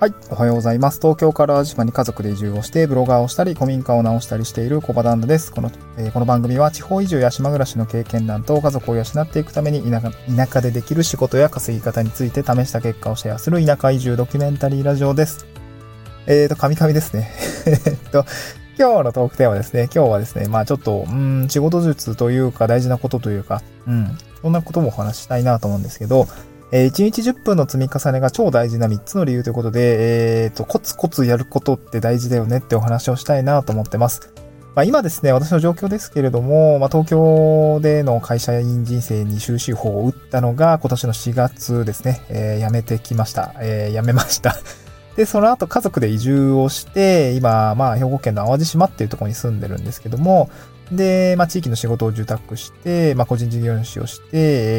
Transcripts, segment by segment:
はい、おはようございます。東京から島に家族で移住をして、ブロガーをしたり、古民家を直したりしている小場旦那です。この番組は地方移住や島暮らしの経験談と家族を養っていくために田舎でできる仕事や稼ぎ方について試した結果をシェアする田舎移住ドキュメンタリーラジオです。カミカミですね。今日のトークテーマですね。今日はですね、ちょっと、仕事術というか大事なことというか、そんなこともお話ししたいなと思うんですけど、1日10分の積み重ねが超大事な3つの理由ということで、コツコツやることって大事だよねってお話をしたいなと思ってます。今ですね、私の状況ですけれども、東京での会社員人生に終止符を打ったのが今年の4月ですね。辞めてきました。辞めました。で、その後家族で移住をして、今、兵庫県の淡路島っていうところに住んでるんですけども、で、地域の仕事を受託して、個人事業主をして、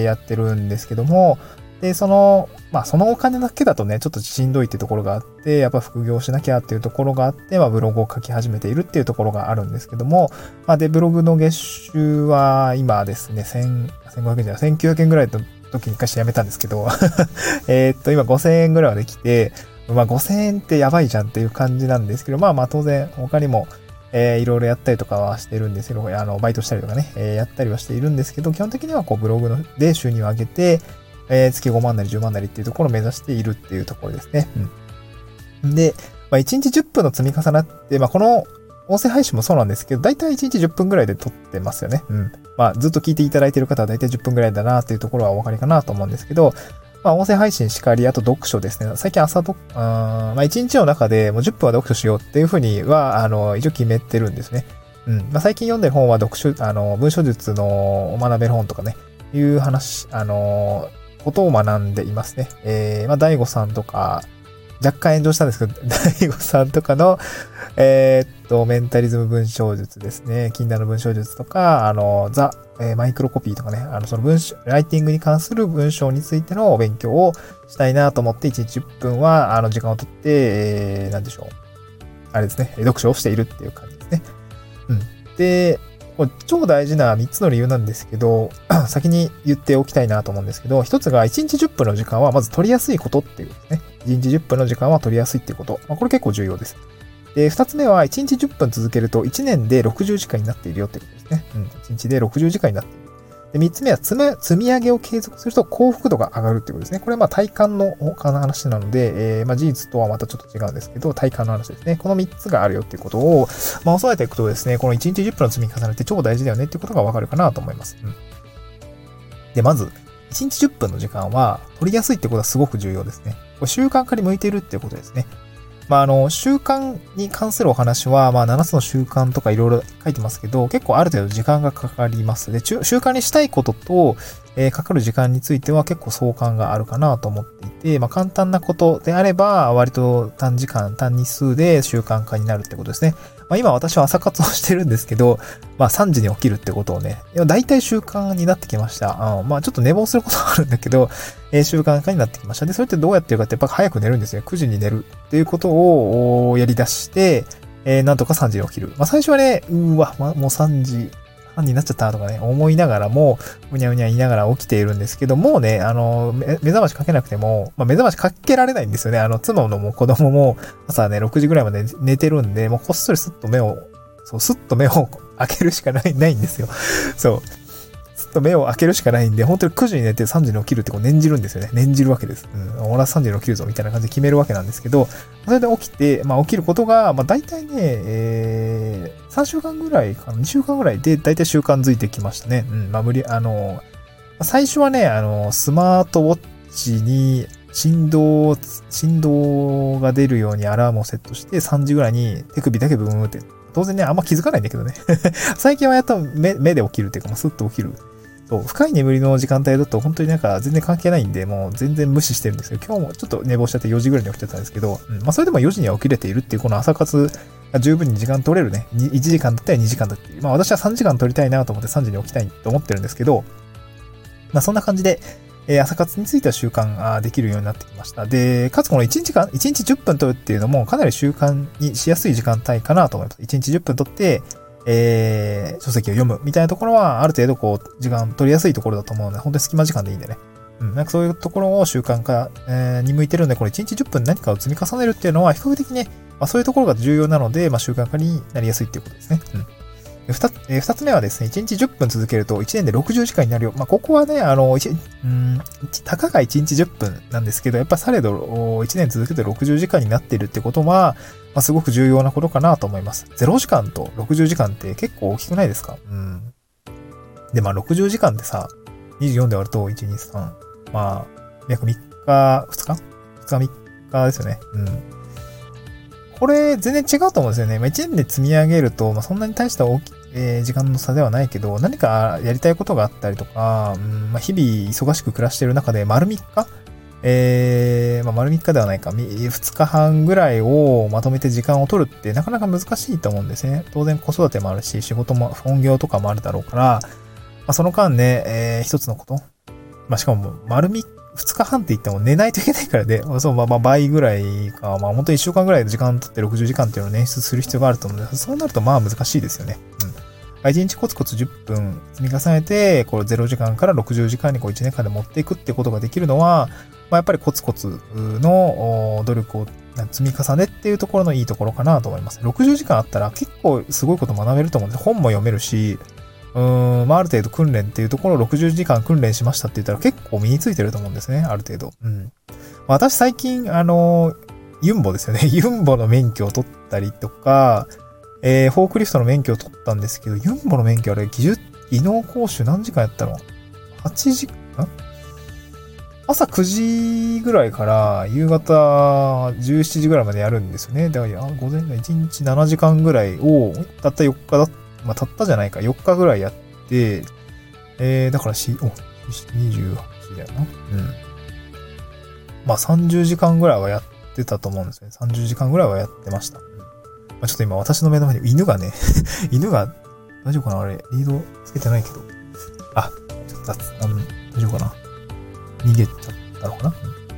やってるんですけども、で、そのお金だけだとね、ちょっとしんどいっていうところがあって、やっぱ副業しなきゃっていうところがあって、ブログを書き始めているっていうところがあるんですけども、で、ブログの月収は今ですね、1500円じゃない、1900円ぐらいの時に一回辞めたんですけど、今5000円ぐらいはできて、5000円ってやばいじゃんっていう感じなんですけど、当然他にも、いろいろやったりとかはしてるんですけど、バイトしたりとかね、やったりはしているんですけど、基本的にはブログで収入を上げて、月5万なり10万なりっていうところを目指しているっていうところですね。で、1日10分の積み重なって、この音声配信もそうなんですけど、だいたい1日10分ぐらいで撮ってますよね。ずっと聞いていただいている方はだいたい10分ぐらいだなっていうところはお分かりかなと思うんですけど、音声配信しかり、あと読書ですね。最近1日の中でもう10分は読書しようっていうふうには、一応決めてるんですね。最近読んでる本は文章術の学べる本とかね、いう話、ことを学んでいますね。大悟さんとか、若干炎上したんですけど、大悟さんとかの、メンタリズム文章術ですね。禁断の文章術とか、マイクロコピーとかね、そのライティングに関する文章についてのお勉強をしたいなと思って、1日10分は、時間をとって、なんでしょう。あれですね、読書をしているっていう感じですね。で、これ超大事な3つの理由なんですけど、先に言っておきたいなと思うんですけど、1つが1日10分の時間はまず取りやすいことっていうですね。1日10分の時間は取りやすいっていうこと。これ結構重要です。で、2つ目は1日10分続けると1年で60時間になっているよっていうことですね。1日で60時間になっている。で、3つ目は積み上げを継続すると幸福度が上がるっていうことですね。これは体感の話なので、事実とはまたちょっと違うんですけど、体感の話ですね。この3つがあるよっていうことを、押さえていくとですね、この1日10分の積み重ねって超大事だよねっていうことがわかるかなと思います。で、まず、1日10分の時間は取りやすいってことはすごく重要ですね。これ習慣化に向いているっていうことですね。習慣に関するお話は、7つの習慣とかいろいろ書いてますけど、結構ある程度時間がかかります。で、習慣にしたいことと、かかる時間については結構相関があるかなと思っていて、簡単なことであれば、割と短日数で習慣化になるってことですね。今私は朝活をしてるんですけど、3時に起きるってことをね、大体習慣になってきました。ちょっと寝坊することはあるんだけど、習慣化になってきました。で、それってどうやってるかってやっぱ早く寝るんですよ。9時に寝るっていうことをやり出して、なんとか3時に起きる。最初はね、もう3時半になっちゃったとかね、思いながらも、うにゃうにゃ言いながら起きているんですけどもね、目覚ましかけなくても、目覚ましかけられないんですよね。妻の子供も朝ね、6時ぐらいまで寝てるんで、もうこっそりスッと目を開けるしかないんですよ。そう。ずっと目を開けるしかないんで、本当に9時に寝て3時に起きるって念じるんですよね。念じるわけです。俺は3時に起きるぞみたいな感じで決めるわけなんですけど、それで起きて、起きることが、大体ね、3週間ぐらいかな、2週間ぐらいで大体習慣づいてきましたね。最初はね、スマートウォッチに振動が出るようにアラームをセットして、3時ぐらいに手首だけブーンって、当然ね、あんま気づかないんだけどね。最近はやっと目で起きるっていうか、スッと起きる。そう、深い眠りの時間帯だと本当に全然関係ないんで、もう全然無視してるんですよ。今日もちょっと寝坊しちゃって4時ぐらいに起きてたんですけど、それでも4時には起きれているっていうこの朝活が十分に時間取れるね。1時間だったり2時間だったり。私は3時間取りたいなと思って3時に起きたいと思ってるんですけど、そんな感じで、朝活については習慣できるようになってきました。で、かつこの1日10分取るっていうのもかなり習慣にしやすい時間帯かなと思います。1日10分取って、書籍を読むみたいなところはある程度時間取りやすいところだと思うので、本当に隙間時間でいいんでね。 なんかそういうところを習慣化、に向いてるので、これ1日10分何かを積み重ねるっていうのは比較的ね、そういうところが重要なので、習慣化になりやすいっていうことですね。二つ目はですね、1日10分続けると1年で60時間になるよ。ここはね、たかが1日10分なんですけど、やっぱされど1年続けて60時間になっているってことは、すごく重要なことかなと思います。0時間と60時間って結構大きくないですか？で、60時間ってさ、24で割ると1、2、3、約3日、2日 ?2 日3日ですよね。これ全然違うと思うんですよね。1年で積み上げると、そんなに大した時間の差ではないけど、何かやりたいことがあったりとか、日々忙しく暮らしている中で丸3日丸3日ではないか、2日半ぐらいをまとめて時間を取るってなかなか難しいと思うんですね。当然子育てもあるし、仕事も、本業とかもあるだろうから、その間ね、一つのこと。しかも2日半って言っても寝ないといけないからで、倍ぐらいか、本当に1週間ぐらいの時間取って60時間っていうのを捻出する必要があると思うので、そうなると難しいですよね。1日コツコツ10分積み重ねて、これ0時間から60時間に1年間で持っていくってことができるのは、やっぱりコツコツの努力を積み重ねっていうところのいいところかなと思います。60時間あったら結構すごいこと学べると思うんです。本も読めるし、ある程度訓練っていうところを60時間訓練しましたって言ったら結構身についてると思うんですね、ある程度。私最近、ユンボですよね。ユンボの免許を取ったりとか、フォークリフトの免許を取ったんですけど、ユンボの免許あれ、技能講習何時間やったの？ 8 時間？朝9時ぐらいから夕方17時ぐらいまでやるんですよね。だから午前の1日7時間ぐらいをたった4日たったじゃないか、4日ぐらいやって、だから28だよな。30時間ぐらいはやってたと思うんですね。30時間ぐらいはやってました。ちょっと今私の目の前に犬がね、犬が、大丈夫かなあれ、リードつけてないけど。ちょっと大丈夫かな逃げちゃったのかな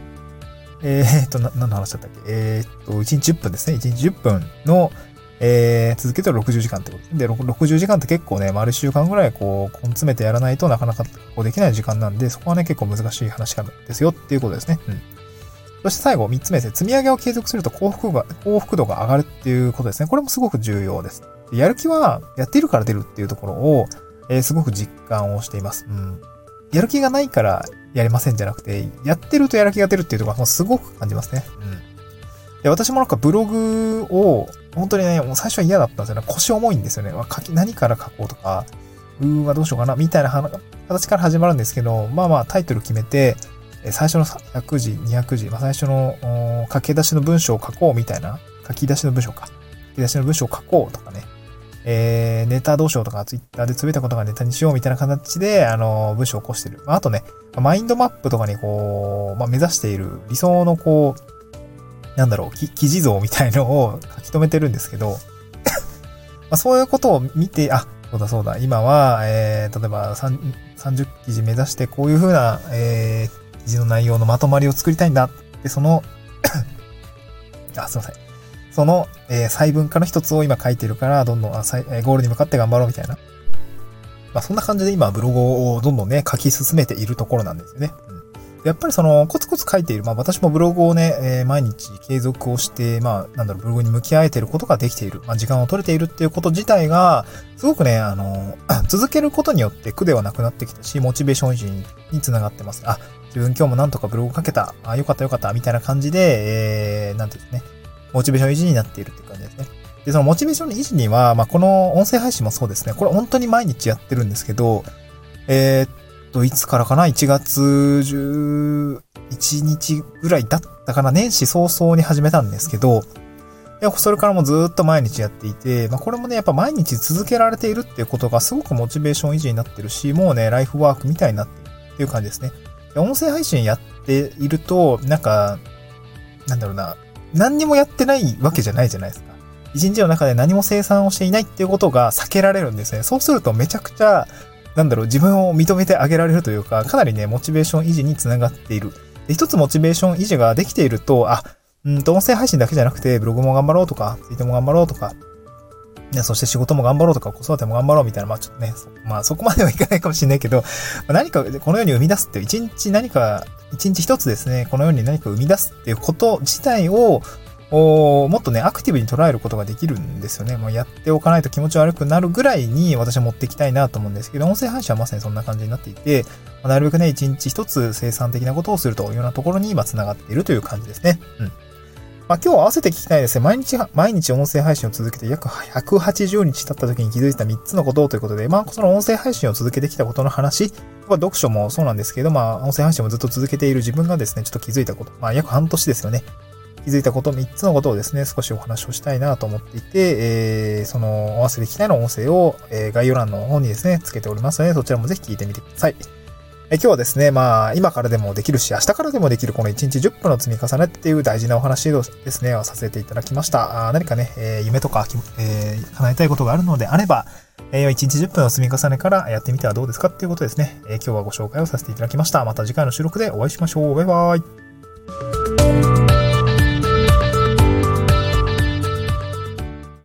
何の話だったっけ1日10分ですね。1日10分の、続けて60時間ってことで、60時間って結構ね、丸1週間ぐらい根詰めてやらないとなかなかできない時間なんで、そこはね、結構難しい話ですよっていうことですね。そして最後、3つ目ですね。積み上げを継続すると幸福度が上がるっていうことですね。これもすごく重要です。やる気はやっているから出るっていうところを、すごく実感をしています。やる気がないからやれませんじゃなくて、やってるとやる気が出るっていうところはすごく感じますね。で、私もブログを、本当にね、もう最初は嫌だったんですよね。腰重いんですよね。何から書こうとか、どうしようかな、みたいな形から始まるんですけど、タイトル決めて、最初の100字、200字、最初の書き出しの文章を書こうみたいな、書き出しの文章を書こうとかね、ネタどうしようとか、ツイッターでつぶやいたことがネタにしようみたいな形で、文章を起こしてる。あとね、マインドマップとかに目指している理想の記事像みたいのを書き留めてるんですけど、そういうことを見て、そうだ、今は、例えば30記事目指してこういう風な、記事の内容のまとまりを作りたいんだ。で、すいません。その、細分化の一つを今書いてるから、どんどんゴールに向かって頑張ろうみたいな。そんな感じで今ブログをどんどんね、書き進めているところなんですよね。やっぱりコツコツ書いている。私もブログをね、毎日継続をして、ブログに向き合えていることができている。時間を取れているっていうこと自体が、すごくね、続けることによって苦ではなくなってきたし、モチベーション維持につながってます。自分今日もなんとかブログ書けた。よかったみたいな感じで、なんていうんですね、モチベーション維持になっているっていう感じですね。で、そのモチベーション維持には、この音声配信もそうですね。これ本当に毎日やってるんですけど、いつからかな ?1 月11日ぐらいだったかな、年始早々に始めたんですけど、それからもずっと毎日やっていて、これもね、やっぱ毎日続けられているっていうことがすごくモチベーション維持になってるし、もうね、ライフワークみたいになっているっていう感じですね。音声配信やっていると、何にもやってないわけじゃないじゃないですか。一日の中で何も生産をしていないっていうことが避けられるんですね。そうするとめちゃくちゃ、自分を認めてあげられるというか、かなりね、モチベーション維持につながっている。で、一つモチベーション維持ができていると、音声配信だけじゃなくて、ブログも頑張ろうとか、ツイートも頑張ろうとか、 ね、そして仕事も頑張ろうとか子育ても頑張ろうみたいな、まあちょっとね、まあそこまではいかないかもしれないけど、何かこのように生み出すって一日一つですね、このように何か生み出すっていうこと自体を、もっとね、アクティブに捉えることができるんですよね。もうやっておかないと気持ち悪くなるぐらいに私は持っていきたいなと思うんですけど、音声配信はまさにそんな感じになっていて、なるべくね、一日一つ生産的なことをするというようなところに今繋がっているという感じですね。うん。まあ今日合わせて聞きたいですね。毎日音声配信を続けて約180日経った時に気づいた3つのことということで、まあその音声配信を続けてきたことの話、読書もそうなんですけど、まあ音声配信をずっと続けている自分がですね、ちょっと気づいたこと、まあ約半年ですよね。気づいたこと、3つのことをですね、少しお話をしたいなと思っていて、その合わせて聞きたいの音声を、概要欄の方にですね、つけておりますので、そちらもぜひ聞いてみてください。今日はですね、まあ、今からでもできるし、明日からでもできるこの1日10分の積み重ねっていう大事なお話をですね、させていただきました。何かね、夢とか、叶えたいことがあるのであれば、1日10分の積み重ねからやってみてはどうですかっていうことですね。今日はご紹介をさせていただきました。また次回の収録でお会いしましょう。バイバイ。